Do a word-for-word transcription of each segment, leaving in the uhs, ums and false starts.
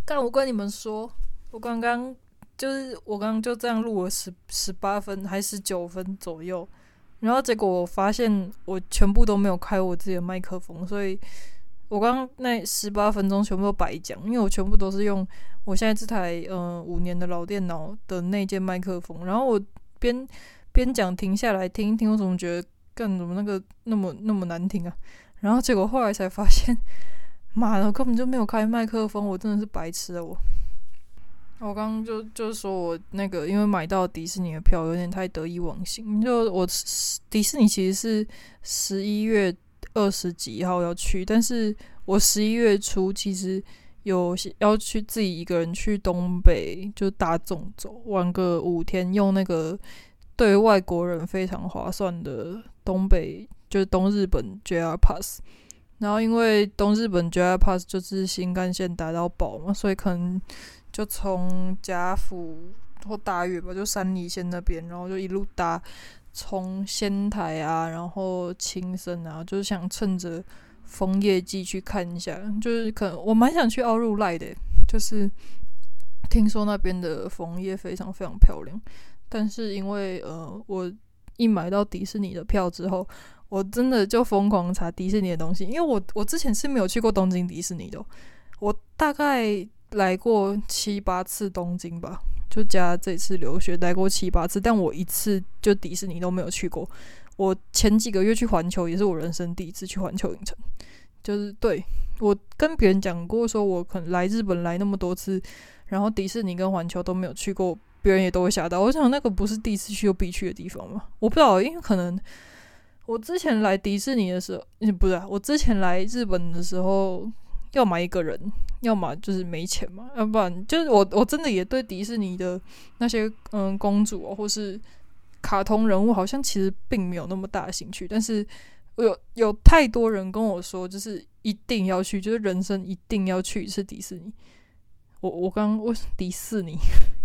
干，我跟你们说，我刚刚就是我刚刚就这样录了十十八分还十九分左右，然后结果我发现我全部都没有开我自己的麦克风，所以我刚刚那十八分钟全部都白讲，因为我全部都是用我现在这台呃五年的老电脑的那件麦克风，然后我边边讲停下来听一听，我怎么觉得干怎么那个那么那么难听啊？然后结果后来才发现。妈的，我根本就没有开麦克风，我真的是白痴啊！我，我刚刚就就是说我那个，因为买到迪士尼的票有点太得意忘形。就我迪士尼其实是十一月二十几号要去，但是我十一月初其实有要去自己一个人去东北，就大众走玩个五天，用那个对外国人非常划算的东北就是东日本 J R Pass。然后因为东日本 J R Pass 就是新干线打到饱嘛，所以可能就从甲府或大月吧，就山梨县那边，然后就一路搭从仙台啊，然后青森啊，就是想趁着枫叶季去看一下。就是可能我蛮想去奥入濑的，就是听说那边的枫叶非常非常漂亮，但是因为呃我一买到迪士尼的票之后。我真的就疯狂查迪士尼的东西，因为我我之前是没有去过东京迪士尼的、哦，我大概来过七八次东京吧，就加这次留学来过七八次，但我一次就迪士尼都没有去过。我前几个月去环球也是我人生第一次去环球影城，就是对我跟别人讲过，说我可能来日本来那么多次，然后迪士尼跟环球都没有去过，别人也都会吓到。我想那个不是第一次去又必去的地方吗？我不知道，因为可能。我之前来迪士尼的时候，不是、啊、我之前来日本的时候，要么一个人，要么就是没钱嘛，要不然就是我我真的也对迪士尼的那些嗯公主、哦、或是卡通人物，好像其实并没有那么大的兴趣。但是有有太多人跟我说，就是一定要去，就是人生一定要去一次迪士尼。我我刚我迪士尼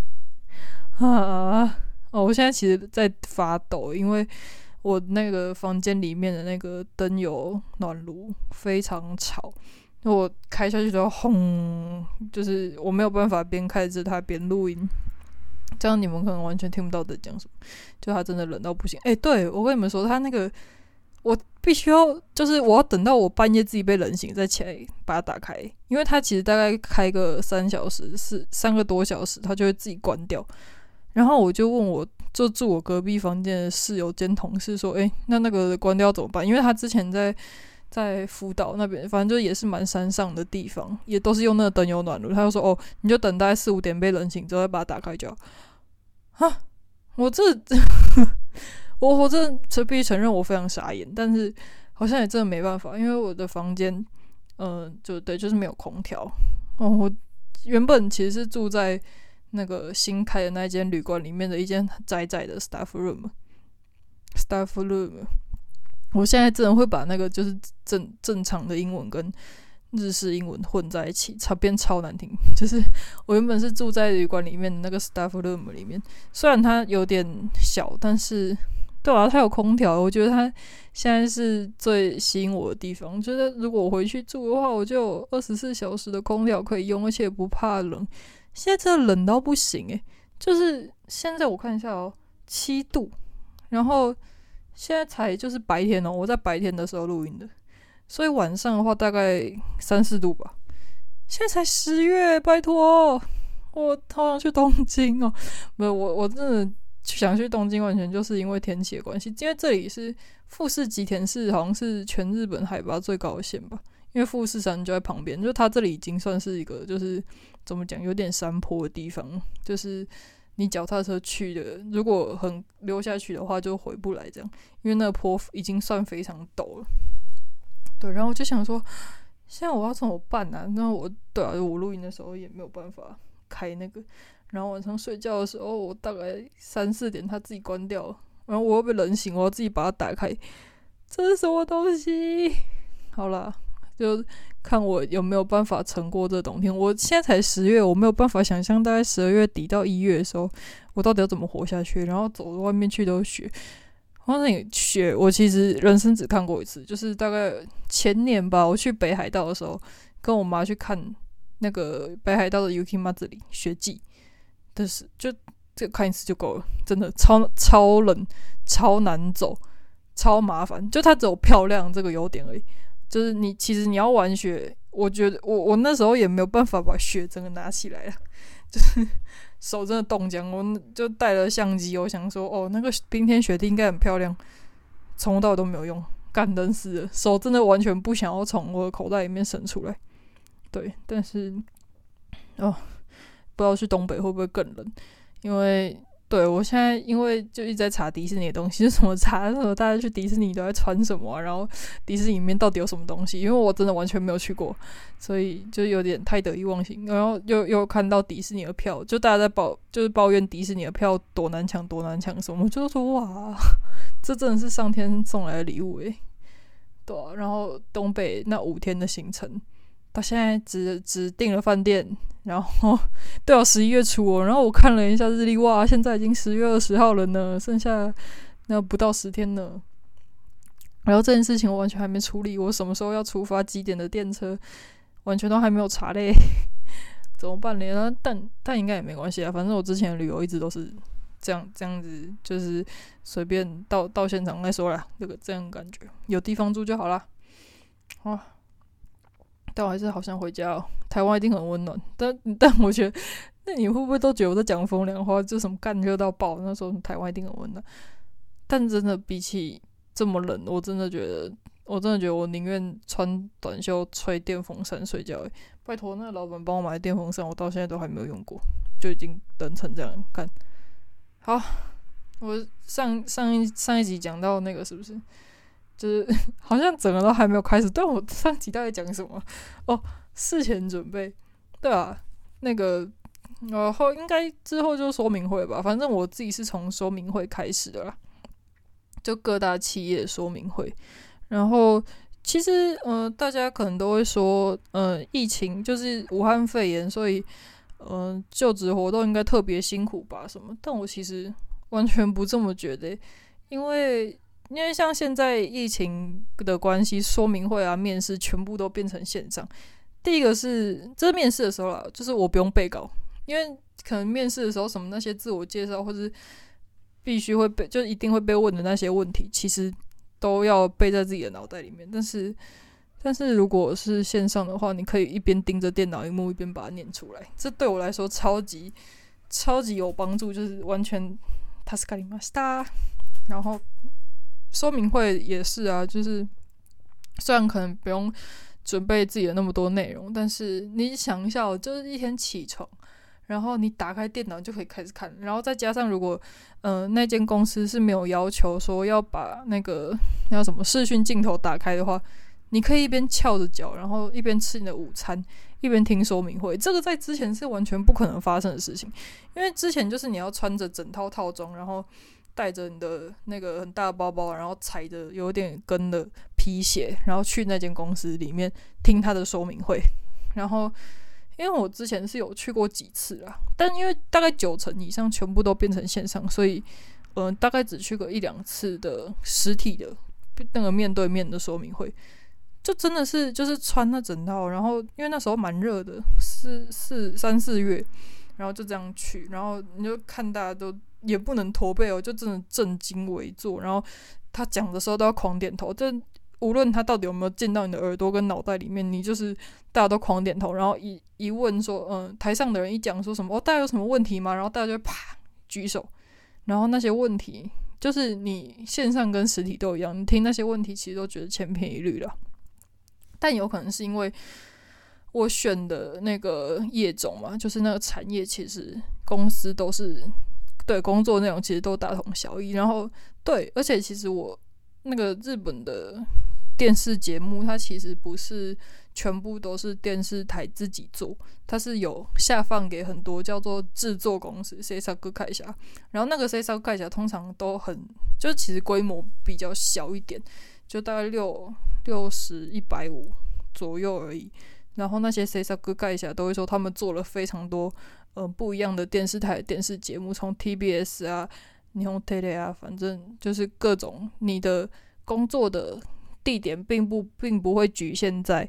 啊哦，我现在其实在发抖，因为。我那个房间里面的那个灯有暖炉，非常吵。我开下去都要轰，就是我没有办法边开着它边录音，这样你们可能完全听不到在讲什么。就它真的冷到不行。哎、欸，对我跟你们说，它那个我必须要，就是我要等到我半夜自己被冷醒再起来把它打开，因为它其实大概开个三小时，是三个多小时，它就会自己关掉。然后我就问我。就住我隔壁房间的室友兼同事说：“哎、欸，那那个关掉怎么办？因为他之前在在福岛那边，反正就也是蛮山上的地方，也都是用那个灯油暖炉。他就说：哦，你就等大概四五点被冷醒之后再把它打开就好。啊，我这我我这这必须承认我非常傻眼，但是好像也真的没办法，因为我的房间，嗯、呃，就对，就是没有空调。哦，我原本其实是住在。”那个新开的那间旅馆里面的一间窄窄的 staff room，staff room， 我现在真的会把那个就是正正常的英文跟日式英文混在一起，超变超难听。就是我原本是住在旅馆里面的那个 staff room 里面，虽然它有点小，但是对啊，它有空调，我觉得它现在是最吸引我的地方。觉得如果我回去住的话，我就有二十四小时的空调可以用，而且不怕冷。现在真的冷到不行诶、欸，就是现在我看一下哦，七度，然后现在才就是白天哦，我在白天的时候录音的，所以晚上的话大概三四度吧。现在才十月，拜托，我好想去东京哦！没有，我我真的想去东京，完全就是因为天气的关系，因为这里是富士吉田市，好像是全日本海拔最高的县吧。因为富士山就在旁边，就它这里已经算是一个就是怎么讲有点山坡的地方，就是你脚踏车去的，如果很溜下去的话就回不来这样，因为那个坡已经算非常陡了。对，然后我就想说，现在我要怎么办啊？那我对啊，我录音的时候也没有办法开那个，然后晚上睡觉的时候，我大概三四点它自己关掉了，然后我又被冷醒，我要自己把它打开，这是什么东西？好啦。就看我有没有办法撑过这冬天。我现在才十月，我没有办法想象大概十二月底到一月的时候，我到底要怎么活下去。然后走到外面去都是雪，然后那雪我其实人生只看过一次，就是大概前年吧，我去北海道的时候，跟我妈去看那个北海道的 Yuki Matsuri 雪季，但是就这看一次就够了，真的超超冷、超难走、超麻烦。就它只有漂亮这个优点而已，就是你其实你要玩雪，我觉得我我那时候也没有办法把雪整个拿起来了，就是手真的冻僵。我就带了相机，我想说哦，那个冰天雪地应该很漂亮，从头到尾都没有用，干冷死了，手真的完全不想要从我的口袋里面伸出来。对，但是哦，不知道去东北会不会更冷。因为对我现在因为就一直在查迪士尼的东西，是什么查什么大家去迪士尼都在穿什么、啊、然后迪士尼里面到底有什么东西，因为我真的完全没有去过，所以就有点太得意忘形。然后又又看到迪士尼的票，就大家在抱就是抱怨迪士尼的票多难抢多难抢什么，我就说哇，这真的是上天送来的礼物诶。对啊，然后东北那五天的行程到现在只只订了饭店，然后对啊，十一月初哦，然后我看了一下日历，哇，现在已经十月二十号了呢，剩下那不到十天呢。然后这件事情我完全还没处理，我什么时候要出发，几点的电车，完全都还没有查嘞，怎么办呢？但但应该也没关系啊，反正我之前的旅游一直都是这样这样子，就是随便到到现场再说啦，这个这样感觉，有地方住就好啦。啊。但我还是好想回家哦，台湾一定很温暖，但但我觉得，那你会不会都觉得我在讲风凉话？就什么干热到爆，那时候台湾一定很温暖，但真的比起这么冷，我真的觉得，我真的觉得我宁愿穿短袖吹电风扇睡觉。拜托，那个老板帮我买的电风扇，我到现在都还没有用过，就已经冷成这样。看，好，我上上一上一集讲到那个是不是？就是好像整个都还没有开始，但我上集到底讲什么？哦，事前准备，对啊，那个然后应该之后就说明会吧，反正我自己是从说明会开始的啦，就各大企业说明会。然后其实呃，大家可能都会说，呃，疫情就是武汉肺炎，所以呃，就职活动应该特别辛苦吧什么？但我其实完全不这么觉得，因为。因为像现在疫情的关系，说明会啊、面试全部都变成线上。第一个是，这是面试的时候啦，就是我不用背稿，因为可能面试的时候什么那些自我介绍或是必须会被，就一定会被问的那些问题，其实都要背在自己的脑袋里面。但是，但是如果是线上的话，你可以一边盯着电脑萤幕一边把它念出来，这对我来说超级超级有帮助，就是完全助かりました。然后。说明会也是啊，就是虽然可能不用准备自己的那么多内容，但是你想一下哦，就是一天起床，然后你打开电脑就可以开始看，然后再加上如果呃那间公司是没有要求说要把那个那叫什么视讯镜头打开的话，你可以一边翘着脚，然后一边吃你的午餐，一边听说明会。这个在之前是完全不可能发生的事情，因为之前就是你要穿着整套套装，然后带着你的那个很大的包包，然后踩着有点跟的皮鞋，然后去那间公司里面听他的说明会。然后，因为我之前是有去过几次啦，但因为大概九成以上全部都变成线上，所以，嗯、呃，大概只去过一两次的实体的那个面对面的说明会，就真的是就是穿那整套，然后因为那时候蛮热的，四四三四月，然后就这样去，然后你就看大家都。也不能驼背哦，就真的正襟危坐，然后他讲的时候都要狂点头，这无论他到底有没有进到你的耳朵跟脑袋里面，你就是大家都狂点头，然后一一问说，嗯，台上的人一讲说什么，哦，大家有什么问题吗？然后大家就啪举手，然后那些问题就是你线上跟实体都一样，你听那些问题其实都觉得千篇一律了，但有可能是因为我选的那个业种嘛，就是那个产业，其实公司都是。对，工作内容其实都大同小异，然后对，而且其实我那个日本的电视节目，它其实不是全部都是电视台自己做，它是有下放给很多叫做制作公司 制作会社，然后那个制作会社通常都很，就其实规模比较小一点，就大概六六十一百五左右而已，然后那些制作会社都会说他们做了非常多。呃，不一样的电视台的电视节目，从 T B S 啊、日本テレ啊，反正就是各种你的工作的地点并不并不会局限在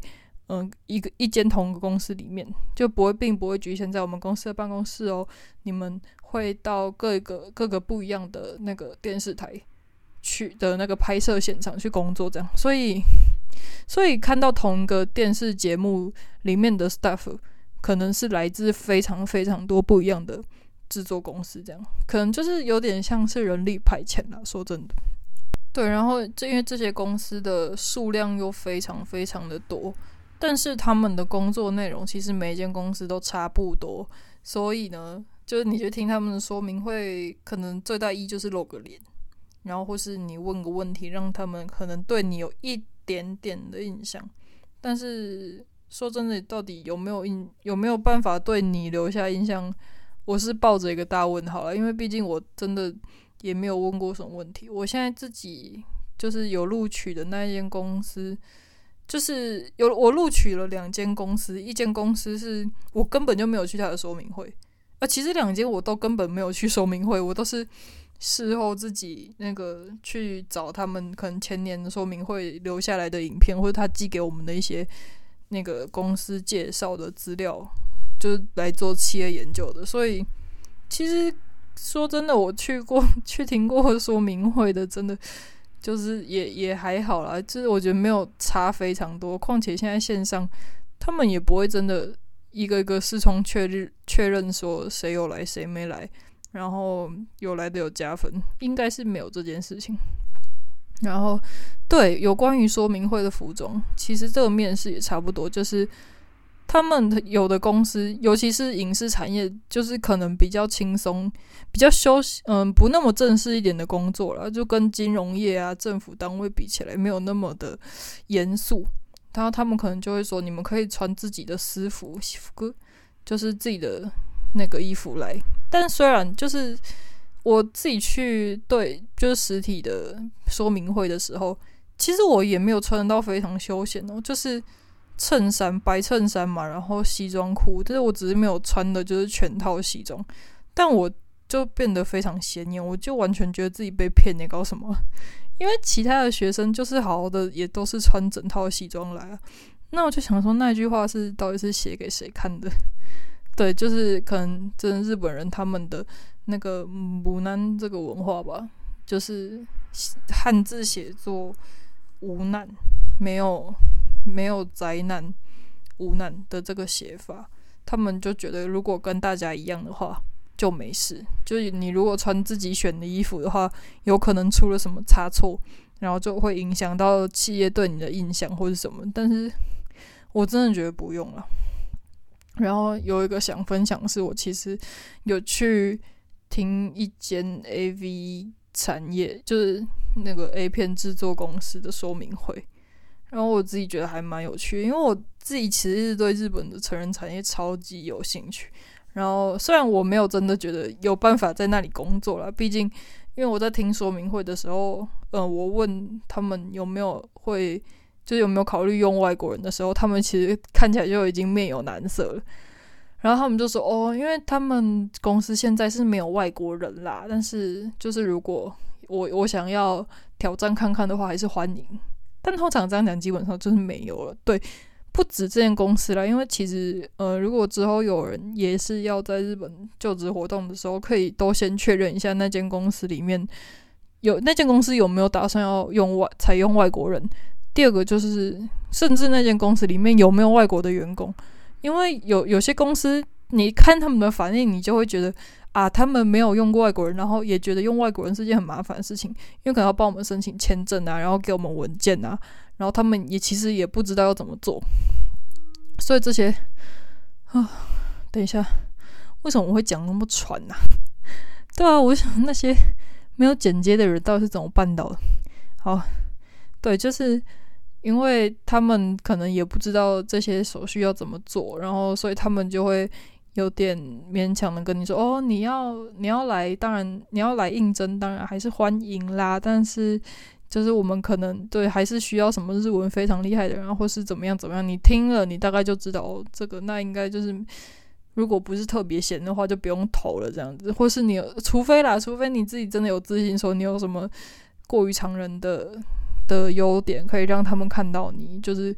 嗯，一个一间同个公司里面，就不会并不会局限在我们公司的办公室哦，你们会到各个各个不一样的那个电视台去的那个拍摄现场去工作，这样，所以所以看到同一个电视节目里面的 staff 可能是来自非常非常多不一样的制作公司，这样可能就是有点像是人力排遣啦，说真的。对，然后这因为这些公司的数量又非常非常的多，但是他们的工作内容其实每一间公司都差不多，所以呢，就是你去听他们的说明会，可能最大意义就是露个脸，然后或是你问个问题，让他们可能对你有一点点的印象，但是说真的，到底有没有印有没有办法对你留下印象，我是抱着一个大问号啦，因为毕竟我真的也没有问过什么问题。我现在自己就是有录取的那一间公司，就是有我录取了两间公司，一间公司是我根本就没有去他的说明会，啊，其实两间我都根本没有去说明会，我都是事后自己那个去找他们可能前年的说明会留下来的影片，或者他寄给我们的一些那个公司介绍的资料，就是来做企业研究的。所以其实说真的，我去过去听过说明会的，真的就是也也还好啦，就是我觉得没有差非常多。况且现在线上，他们也不会真的一个一个视窗确认确认说谁有来谁没来，然后有来的有加分，应该是没有这件事情。然后对，有关于说明会的服装，其实这个面试也差不多，就是他们有的公司，尤其是影视产业，就是可能比较轻松，比较休息，嗯，不那么正式一点的工作啦，就跟金融业啊、政府单位比起来，没有那么的严肃。然后他们可能就会说，你们可以穿自己的私服，就是自己的那个衣服来。但虽然就是我自己去对，就是实体的说明会的时候，其实我也没有穿到非常休闲哦，就是衬衫白衬衫嘛，然后西装裤，但是我只是没有穿的就是全套西装，但我就变得非常显眼，我就完全觉得自己被骗，你搞什么？因为其他的学生就是好好的，也都是穿整套西装来啊。那我就想说，那句话是到底是写给谁看的？对，就是可能真的日本人他们的那个母难这个文化吧，就是汉字写作无难，没有没有灾难无难的这个写法，他们就觉得如果跟大家一样的话就没事，就是你如果穿自己选的衣服的话，有可能出了什么差错，然后就会影响到企业对你的印象或是什么，但是我真的觉得不用了。然后有一个想分享是，我其实有去听一间 A V 产业，就是那个 A 片制作公司的说明会，然后我自己觉得还蛮有趣的，因为我自己其实对日本的成人产业超级有兴趣。然后虽然我没有真的觉得有办法在那里工作啦，毕竟因为我在听说明会的时候，呃，我问他们有没有会就是有没有考虑用外国人的时候，他们其实看起来就已经面有难色了。然后他们就说哦，因为他们公司现在是没有外国人啦，但是就是如果我我想要挑战看看的话，还是欢迎。但通常这样讲，基本上就是没有了。对，不止这间公司啦，因为其实呃，如果之后有人也是要在日本就职活动的时候，可以都先确认一下那间公司里面有那间公司有没有打算要用外采用外国人。第二个就是，甚至那间公司里面有没有外国的员工，因为有有些公司，你看他们的反应，你就会觉得啊，他们没有用过外国人，然后也觉得用外国人是件很麻烦的事情，因为可能要帮我们申请签证啊，然后给我们文件啊，然后他们也其实也不知道要怎么做，所以这些啊，等一下，为什么我会讲那么喘啊？对啊，我想那些没有剪接的人到底是怎么办到的？好，对，就是因为他们可能也不知道这些手续要怎么做，然后所以他们就会有点勉强的跟你说，哦，你要你要来，当然你要来应征，当然还是欢迎啦，但是就是我们可能对还是需要什么日文非常厉害的人，或是怎么样怎么样，你听了你大概就知道，哦，这个那应该就是如果不是特别闲的话就不用投了这样子，或是你有除非啦除非你自己真的有自信说你有什么过于常人的的优点可以让他们看到你，就是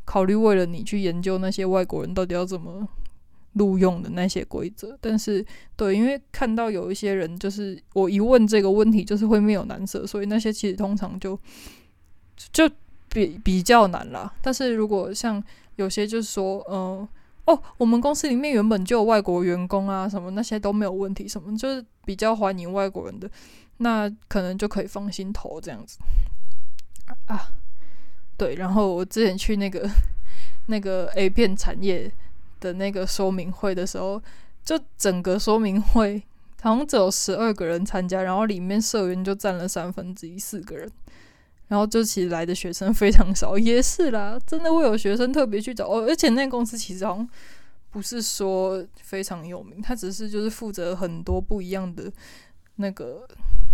考虑为了你去研究那些外国人到底要怎么录用的那些规则。但是对，因为看到有一些人就是我一问这个问题就是会面有难色，所以那些其实通常就就比比较难啦。但是如果像有些就是说嗯哦，我们公司里面原本就有外国员工啊，什么那些都没有问题，什么就是比较欢迎外国人的，那可能就可以放心投这样子啊。对，然后我之前去那个那个 A 片产业的那个说明会的时候，就整个说明会好像只有十二个人参加，然后里面社员就占了三分之一，四个人。然后就其实来的学生非常少，也是啦，真的会有学生特别去找、哦、而且那个公司其实好像不是说非常有名，它只是就是负责很多不一样的那个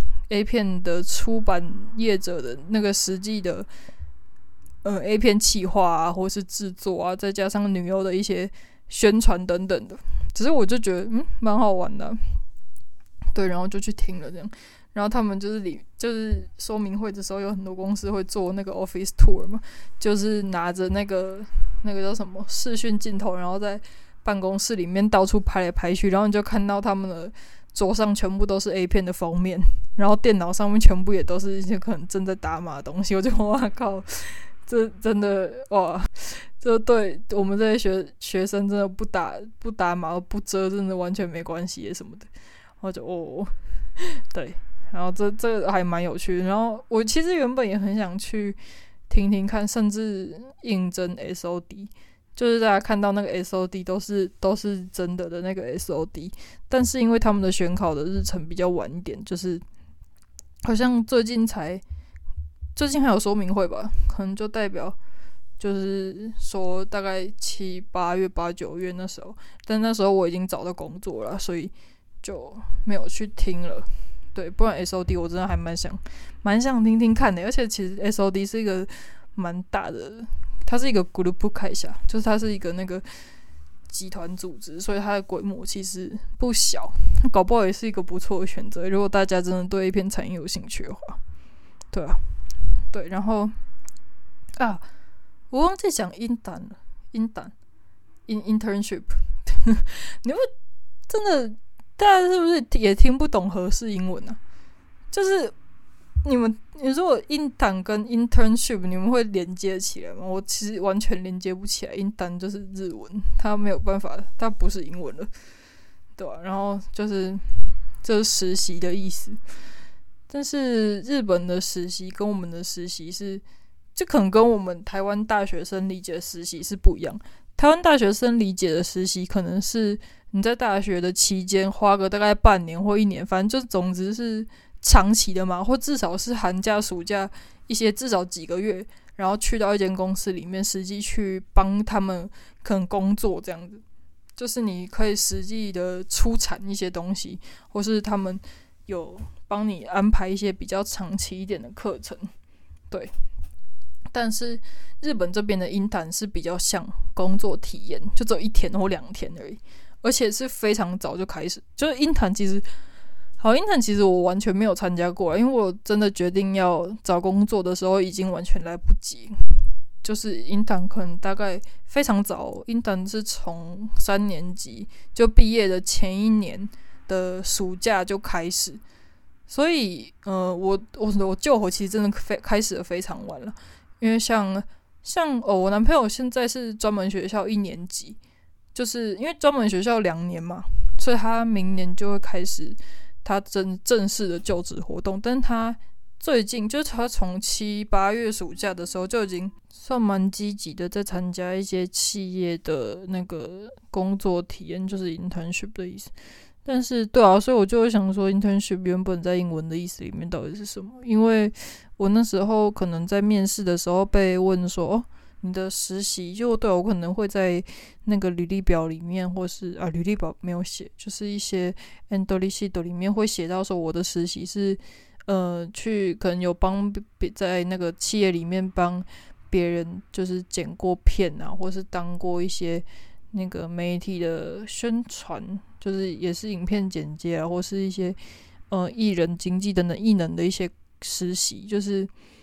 A 片的出版业者的那个实际的呃 A 片企划啊，或是制作啊，再加上女优的一些宣传等等的。只是我就觉得嗯蛮好玩的、啊，对，然后就去听了这样。然后他们就是里就是说明会的时候，有很多公司会做那个 office tour 嘛，就是拿着那个那个叫什么视讯镜头，然后在办公室里面到处拍来拍去，然后你就看到他们的桌上全部都是 A 片的封面，然后电脑上面全部也都是一些可能正在打码的东西。我就哇靠，这真的哇，这对我们这些学学生真的不打不打码不遮，真的完全没关系什么的。我就哦，对。然后这这个还蛮有趣的，然后我其实原本也很想去听听看，甚至应征 S O D， 就是大家看到那个 S O D 都是都是真的的那个 S O D， 但是因为他们的选考的日程比较晚一点，就是好像最近才最近还有说明会吧，可能就代表就是说大概七八月八九月那时候，但那时候我已经找到工作了，所以就没有去听了。对，不然 S O D 我真的还蛮想蛮想听听看的，而且其实 S O D 是一个蛮大的，它是一个 group 开下，就是它是一个那个集团组织，所以它的规模其实不小，搞不好也是一个不错的选择。如果大家真的对 A 片产业有兴趣的话，对啊，对，然后啊，我忘记讲 intern 了 ，intern in internship， 你会真的。大家是不是也听不懂合适英文啊？就是你们，你如果 intern 跟 internship 你们会连接起来吗？我其实完全连接不起来。intern 就是日文，它没有办法，它不是英文了，对吧、啊？然后就是这是实习的意思，但是日本的实习跟我们的实习是，就可能跟我们台湾大学生理解的实习是不一样。台湾大学生理解的实习可能是你在大学的期间花个大概半年或一年，反正就总之是长期的嘛，或至少是寒假暑假一些至少几个月，然后去到一间公司里面实际去帮他们可能工作这样子，就是你可以实际的出产一些东西，或是他们有帮你安排一些比较长期一点的课程，对。但是日本这边的intern是比较像工作体验，就只有一天或两天而已，而且是非常早就开始。就是intern其实，好intern其实我完全没有参加过，因为我真的决定要找工作的时候已经完全来不及。就是 intern 可能大概非常早 ，intern 是从三年级就毕业的前一年的暑假就开始，所以呃，我我我救火其实真的非开始的非常晚了。因为像像哦，我男朋友现在是专门学校一年级，就是因为专门学校两年嘛，所以他明年就会开始他正正式的就职活动。但他最近就是他从七八月暑假的时候就已经算蛮积极的，在参加一些企业的那个工作体验，就是 internship 的意思。但是对啊，所以我就会想说 internship 原本在英文的意思里面到底是什么？因为我那时候可能在面试的时候被问说，哦，你的实习就对我可能会在那个履历表里面，或是啊履历表没有写，就是一些 Endoli sheet 里面会写到说我的实习是呃去可能有帮在那个企业里面帮别人就是剪过片啊，或是当过一些那个媒体的宣传，就是也是影片剪接啊，或是一些呃艺人经纪等等艺能的一些实习，就是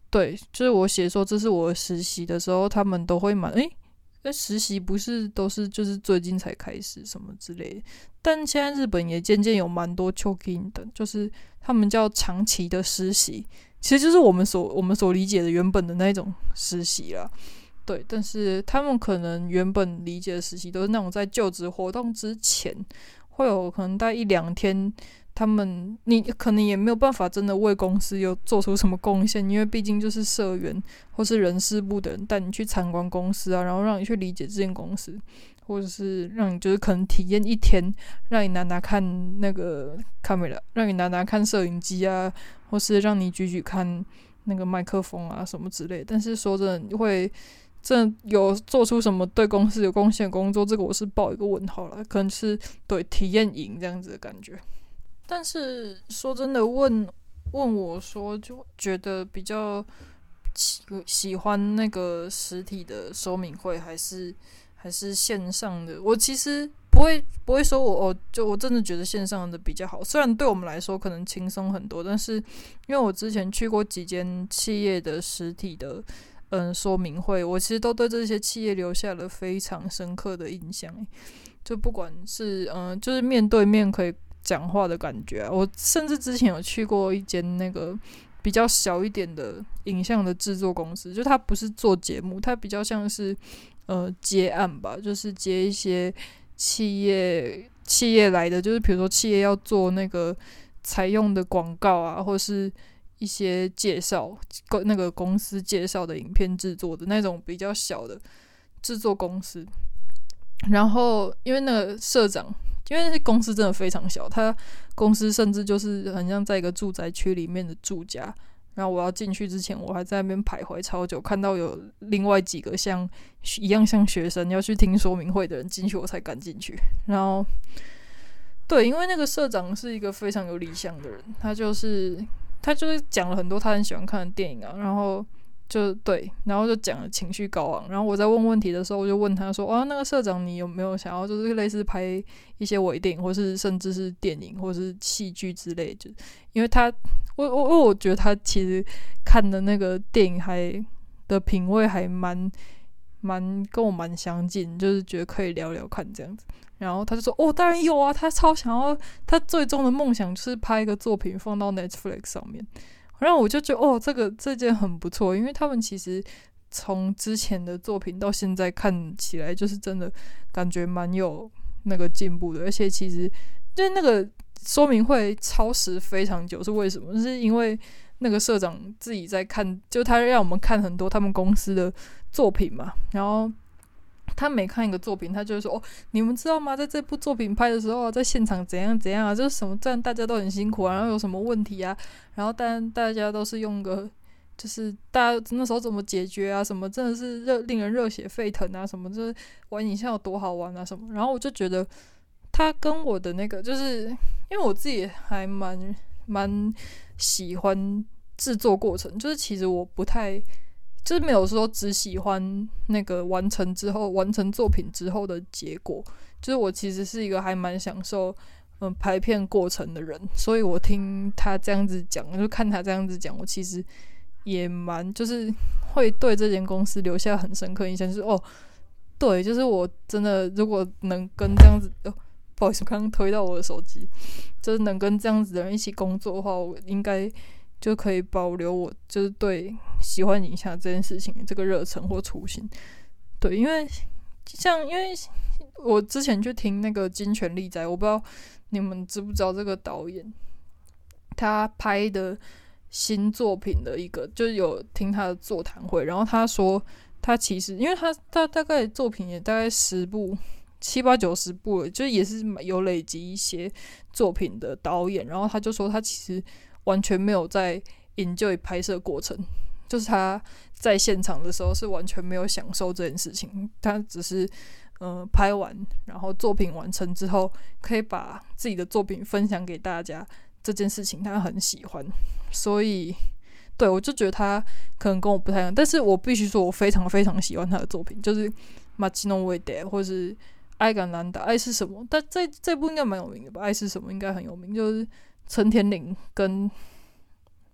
对，就是我写说这是我的实习的时候，他们都会蛮诶。那实习不是都是就是最近才开始什么之类的，但现在日本也渐渐有蛮多 choking 的，就是他们叫长期的实习，其实就是我们所我们所理解的原本的那种实习啦。对，但是他们可能原本理解的实习都是那种在就职活动之前会有可能待一两天，他们你可能也没有办法真的为公司有做出什么贡献，因为毕竟就是社员或是人事部的人带你去参观公司啊，然后让你去理解这间公司，或者是让你就是可能体验一天，让你拿拿看那个 camera， 让你拿拿看摄影机啊，或是让你举举看那个麦克风啊什么之类的。但是说真的，会真的有做出什么对公司有贡献的工作，这个我是抱一个问号啦，可能是对体验营这样子的感觉。但是说真的问问我说，就觉得比较喜喜欢那个实体的说明会，还是还是线上的？我其实不会不会说我哦，就我真的觉得线上的比较好。虽然对我们来说可能轻松很多，但是因为我之前去过几间企业的实体的嗯说明会，我其实都对这些企业留下了非常深刻的印象。就不管是嗯，就是面对面可以讲话的感觉啊，我甚至之前有去过一间那个比较小一点的影像的制作公司，就它不是做节目，它比较像是呃接案吧，就是接一些企业企业来的，就是比如说企业要做那个采用的广告啊，或是一些介绍那个公司介绍的影片制作的那种比较小的制作公司。然后因为那个社长，因为公司真的非常小，他公司甚至就是很像在一个住宅区里面的住家。然后我要进去之前，我还在那边徘徊超久，看到有另外几个像一样像学生要去听说明会的人进去，我才敢进去。然后对，因为那个社长是一个非常有理想的人，他就是他就是讲了很多他很喜欢看的电影啊，然后就对，然后就讲了情绪高昂。然后我在问问题的时候，我就问他说：“哦、啊，那个社长，你有没有想要就是类似拍一些微电影，或是甚至是电影，或是戏剧之类的？”因为他，我我我觉得他其实看的那个电影还的品味还蛮蛮跟我蛮相近，就是觉得可以聊聊看这样子。然后他就说：“哦，当然有啊，他超想要，他最终的梦想就是拍一个作品放到 Netflix 上面。”然后我就觉得哦，这个这件很不错，因为他们其实从之前的作品到现在看起来，就是真的感觉蛮有那个进步的，而且其实就是那个说明会超时非常久，是为什么？是因为那个社长自己在看，就他让我们看很多他们公司的作品嘛，然后他每看一个作品，他就会说：“哦，你们知道吗？在这部作品拍的时候啊，在现场怎样怎样啊，就是什么，这样大家都很辛苦啊，然后有什么问题啊，然后但大家都是用个，就是大家那时候怎么解决啊，什么真的是热令人热血沸腾啊，什么就是玩影像有多好玩啊，什么。”然后我就觉得他跟我的那个，就是因为我自己还蛮蛮喜欢制作过程，就是其实我不太。就是没有说只喜欢那个完成之后完成作品之后的结果，就是我其实是一个还蛮享受嗯拍片过程的人，所以我听他这样子讲，就看他这样子讲，我其实也蛮就是会对这间公司留下很深刻印象，就是哦，对，就是我真的如果能跟这样子，哦，不好意思，刚刚推到我的手机，就是能跟这样子的人一起工作的话，我应该就可以保留我就是对喜欢影像这件事情的这个热忱或初心。对，因为像因为我之前去听那个金泉利哉，我不知道你们知不知道这个导演，他拍的新作品的一个，就是有听他的座谈会，然后他说他其实因为他他大概作品也大概十部七八九十部了，就也是有累积一些作品的导演，然后他就说他其实完全没有在 enjoy 拍摄过程，就是他在现场的时候是完全没有享受这件事情，他只是呃拍完，然后作品完成之后，可以把自己的作品分享给大家，这件事情他很喜欢，所以对我就觉得他可能跟我不太一样，但是我必须说我非常非常喜欢他的作品，就是马奇诺维德或是爱感兰达，爱是什么？但这这部应该蛮有名的吧？爱是什么应该很有名，就是陈田岭跟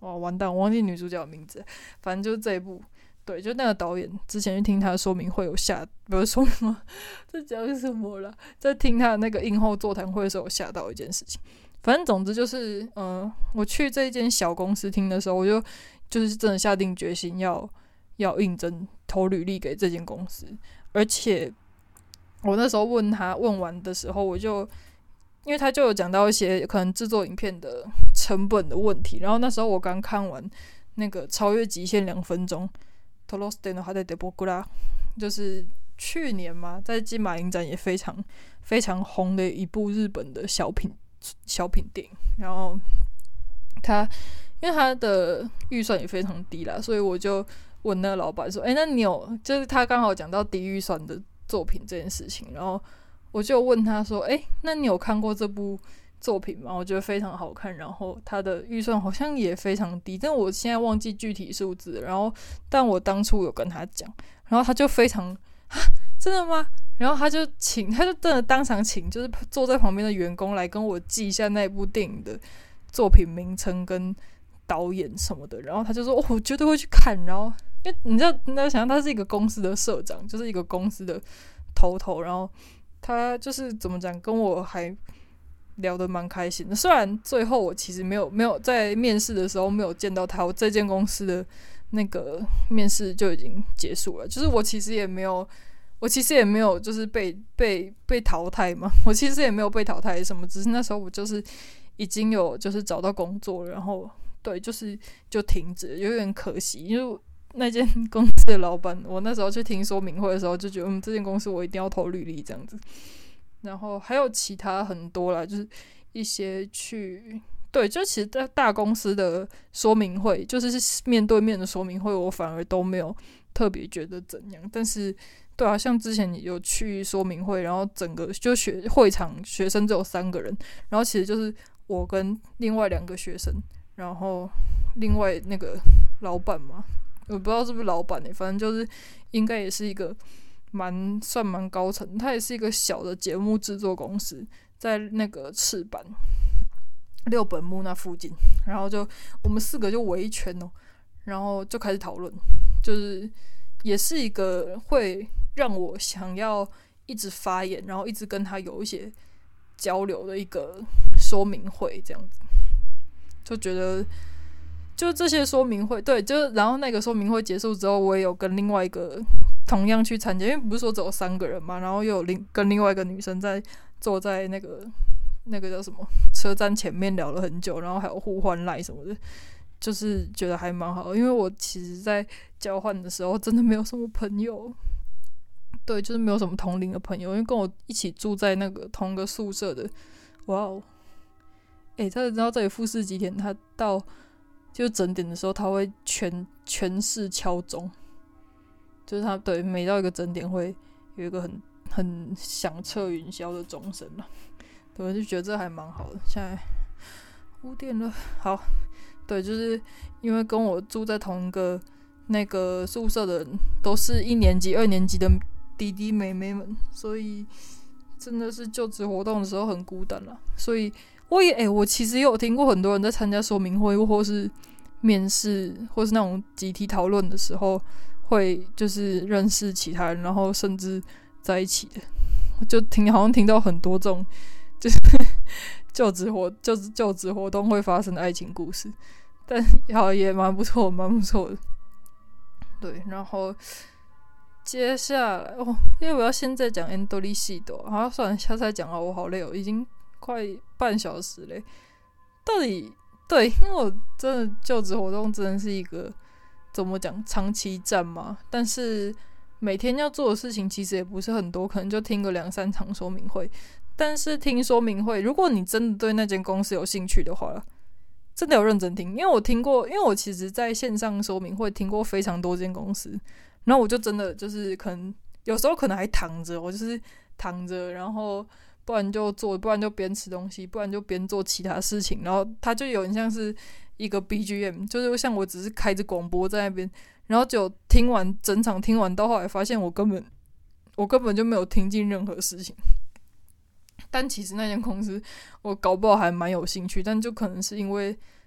哦，完蛋，我忘记女主角的名字，反正就是这一部。对，就那个导演之前去听他的说明会有吓，不是说明吗？这讲什么啦？在听他的那个映后座谈会的时候，有吓到一件事情。反正总之就是，呃，我去这一间小公司听的时候，我就就是真的下定决心要要应征投履历给这间公司，而且我那时候问他问完的时候，我就因为他就有讲到一些可能制作影片的成本的问题，然后那时候我刚看完那个超越极限两分钟。就是去年嘛，在金马影展也非常非常红的一部日本的小品小品电影。然后他因为他的预算也非常低啦，所以我就问那个老板说：“哎、欸，那你有就是他刚好讲到低预算的作品这件事情，然后我就问他说：‘哎、欸，那你有看过这部？’作品嘛，我觉得非常好看，然后它的预算好像也非常低，但我现在忘记具体数字了。然后，但我当初有跟他讲，然后他就非常啊，真的吗？然后他就请，他就真的当场请，就是坐在旁边的员工来跟我记一下那部电影的作品名称跟导演什么的。然后他就说：“哦，我绝对会去看。”然后，因为你知道，你要想象他是一个公司的社长，就是一个公司的头头，然后他就是怎么讲，跟我还。聊得蛮开心的，虽然最后我其实没有没有在面试的时候没有见到他，我这间公司的那个面试就已经结束了。就是我其实也没有，我其实也没有就是被被被淘汰嘛，我其实也没有被淘汰什么，只是那时候我就是已经有就是找到工作了，然后对，就是就停止了，有点可惜，因为那间公司的老板，我那时候去听说明会的时候就觉得，嗯，这间公司我一定要投履历这样子。然后还有其他很多啦，就是一些去对，就其实在大公司的说明会，就是面对面的说明会，我反而都没有特别觉得怎样。但是对啊，像之前有去说明会，然后整个就学会场学生只有三个人，然后其实就是我跟另外两个学生，然后另外那个老板嘛，我不知道是不是老板欸，反正就是应该也是一个。蛮算蛮高层，它也是一个小的节目制作公司，在那个赤坂六本木那附近，然后就我们四个就围一圈哦，然后就开始讨论，就是也是一个会让我想要一直发言，然后一直跟他有一些交流的一个说明会，这样子就觉得。就这些说明会，对，就然后那个说明会结束之后，我也有跟另外一个同样去参加，因为不是说只有三个人嘛，然后又有另跟另外一个女生在坐在那个那个叫什么车站前面聊了很久，然后还有互换赖什么的，就是觉得还蛮好的。因为我其实在交换的时候真的没有什么朋友，对，就是没有什么同龄的朋友，因为跟我一起住在那个同个宿舍的，哇哦，诶，他知道这里富士吉田，他到。就整点的时候，他会全全市敲钟，就是他对每到一个整点会有一个很很响彻云霄的钟声了。对，我就觉得这还蛮好的。现在五点了，好，对，就是因为跟我住在同一个那个宿舍的人都是一年级、二年级的弟弟妹妹们，所以真的是就职活动的时候很孤单了。所以我也哎、欸，我其实也有听过很多人在参加说明会或是面试或是那种集体讨论的时候，会就是认识其他人，然后甚至在一起的。我就听好像听到很多这种就是就职活就就职活动会发生的爱情故事，但好也蛮不错，蛮不错的。对，然后接下来哦，因为我要现在讲 Endolicido， 好，算了，下次再讲了，我好累哦，已经快半小时嘞。到底对，因为我真的就职活动真的是一个怎么讲长期战嘛，但是每天要做的事情其实也不是很多，可能就听个两三场说明会。但是听说明会，如果你真的对那间公司有兴趣的话，真的有认真听，因为我听过，因为我其实在线上说明会听过非常多间公司，然后我就真的就是可能有时候可能还躺着，我就是躺着，然后不然就做，不然就边吃东西，不然就边做其他事情，然后它就有点像是一个 B G M， 就是像我只是开着广播在那边，然后就听完整场听完到后来发现我根本我根本就没有听进任何事情。但其实那间公司我搞不好还蛮有兴趣，但就可能是因为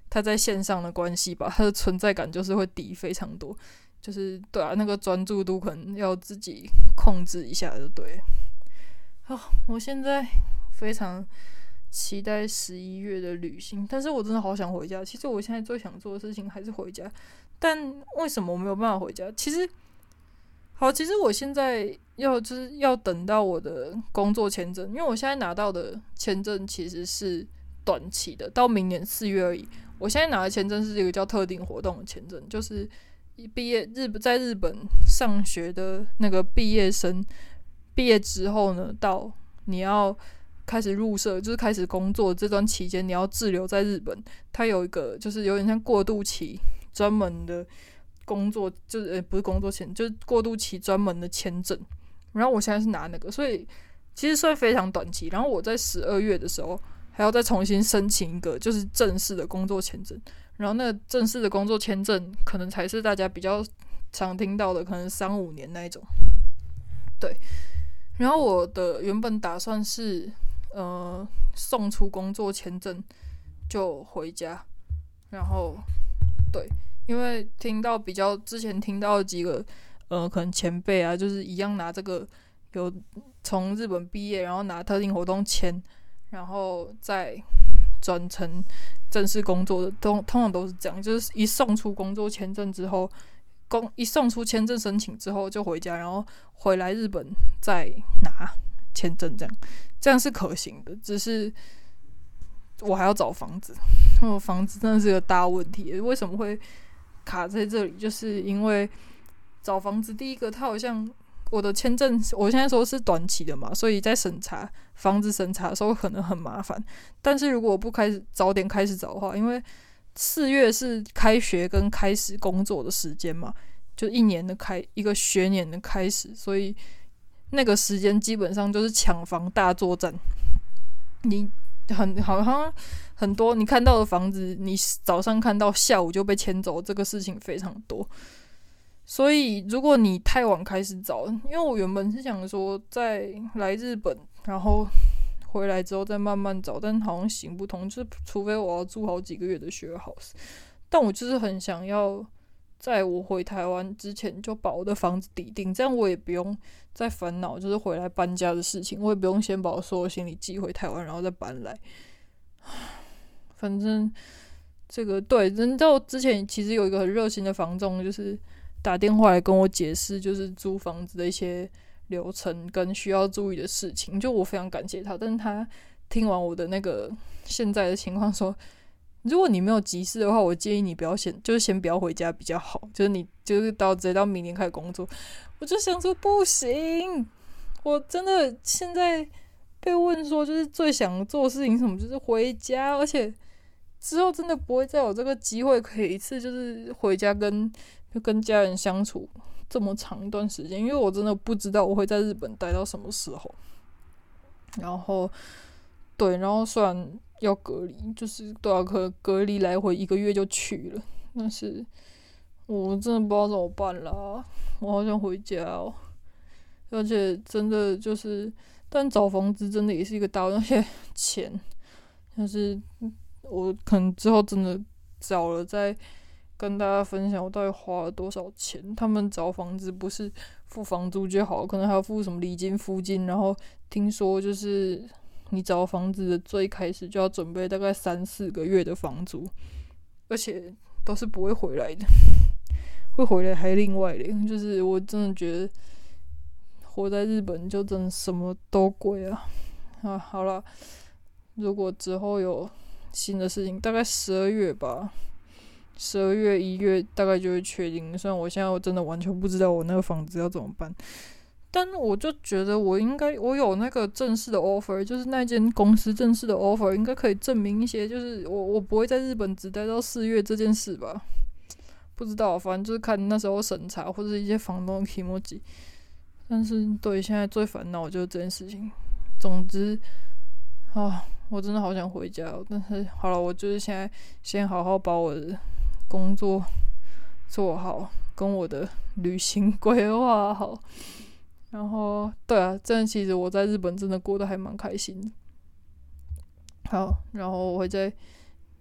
他在线上的关系吧，他的存在感就是会低非常多，就是对啊，那个专注度可能要自己控制一下就对了。好，我现在非常期待十一月的旅行，但是我真的好想回家。其实我现在最想做的事情还是回家，但为什么我没有办法回家？其实，好，其实我现在要就是要等到我的工作签证，因为我现在拿到的签证其实是短期的，到明年四月而已。我现在拿的签证是一个叫特定活动的签证，就是毕业日在日本上学的那个毕业生，毕业之后呢，到你要开始入社，就是开始工作这段期间，你要滞留在日本。它有一个就是有点像过渡期，专门的工作，就是、欸、不是工作签，就是过渡期专门的签证。然后我现在是拿那个，所以其实算非常短期。然后我在十二月的时候还要再重新申请一个就是正式的工作签证。然后那个正式的工作签证可能才是大家比较常听到的，可能三五年那一种。对，然后我的原本打算是。呃，送出工作签证就回家，然后对，因为听到比较之前听到几个呃，可能前辈啊，就是一样拿这个有从日本毕业，然后拿特定活动签，然后再转成正式工作的，通通常都是这样，就是一送出工作签证之后，公一送出签证申请之后就回家，然后回来日本再拿签证这样。这样是可行的，只是我还要找房子，我房子真的是个大问题。为什么会卡在这里？就是因为找房子，第一个，它好像我的签证，我现在说是短期的嘛，所以在审查房子审查的时候可能很麻烦。但是如果我不开始早点开始找的话，因为四月是开学跟开始工作的时间嘛，就一年的开一个学年的开始，所以。那个时间基本上就是抢房大作战，你很好像很多你看到的房子，你早上看到，下午就被迁走，这个事情非常多。所以如果你太晚开始找，因为我原本是想说在来日本，然后回来之后再慢慢找，但好像行不通，就是除非我要住好几个月的share house，但我就是很想要。在我回台湾之前就把我的房子抵定，这样我也不用再烦恼就是回来搬家的事情，我也不用先把我所有行李寄回台湾然后再搬来。反正这个对，人到之前其实有一个很热心的房仲，就是打电话来跟我解释就是租房子的一些流程跟需要注意的事情，就我非常感谢他。但是他听完我的那个现在的情况说。如果你没有急事的话，我建议你不要先，就是先不要回家比较好。就是你就是到直接到明年开始工作，我就想说不行，我真的现在被问说就是最想做的事情什么，就是回家，而且之后真的不会再有这个机会可以一次就是回家跟就跟家人相处这么长一段时间，因为我真的不知道我会在日本待到什么时候。然后对，然后虽然。要隔离，就是对啊，可隔离来回一个月就去了，但是我真的不知道怎么办啦，我好想回家哦，而且真的就是，但找房子真的也是一个大问题，而且钱，就是我可能之后真的找了再跟大家分享我到底花了多少钱。他们找房子不是付房租就好，可能还要付什么礼金、付金，然后听说就是。你找房子的最开始就要准备大概三四个月的房租，而且都是不会回来的，会回来还另外的。就是我真的觉得活在日本就真的什么都贵啊！啊，好了，如果之后有新的事情，大概十二月吧，十二月一月大概就会确定。虽然我现在我真的完全不知道我那个房子要怎么办。但我就觉得我应该，我有那个正式的 offer， 就是那间公司正式的 offer， 应该可以证明一些，就是我我不会在日本只待到四月这件事吧？不知道，反正就是看那时候审查或者一些房东的 kimoji。但是对，现在最烦恼就是这件事情。总之啊，我真的好想回家，但是好了，我就是现在先好好把我的工作做好，跟我的旅行规划好。然后，对啊，这样其实我在日本真的过得还蛮开心的。好，然后我会再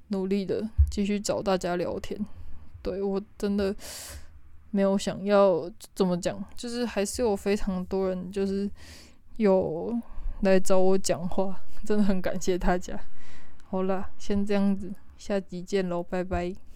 努力的继续找大家聊天。对，我真的没有想要怎么讲，就是还是有非常多人就是有来找我讲话，真的很感谢大家。好啦，先这样子，下集见喽，拜拜。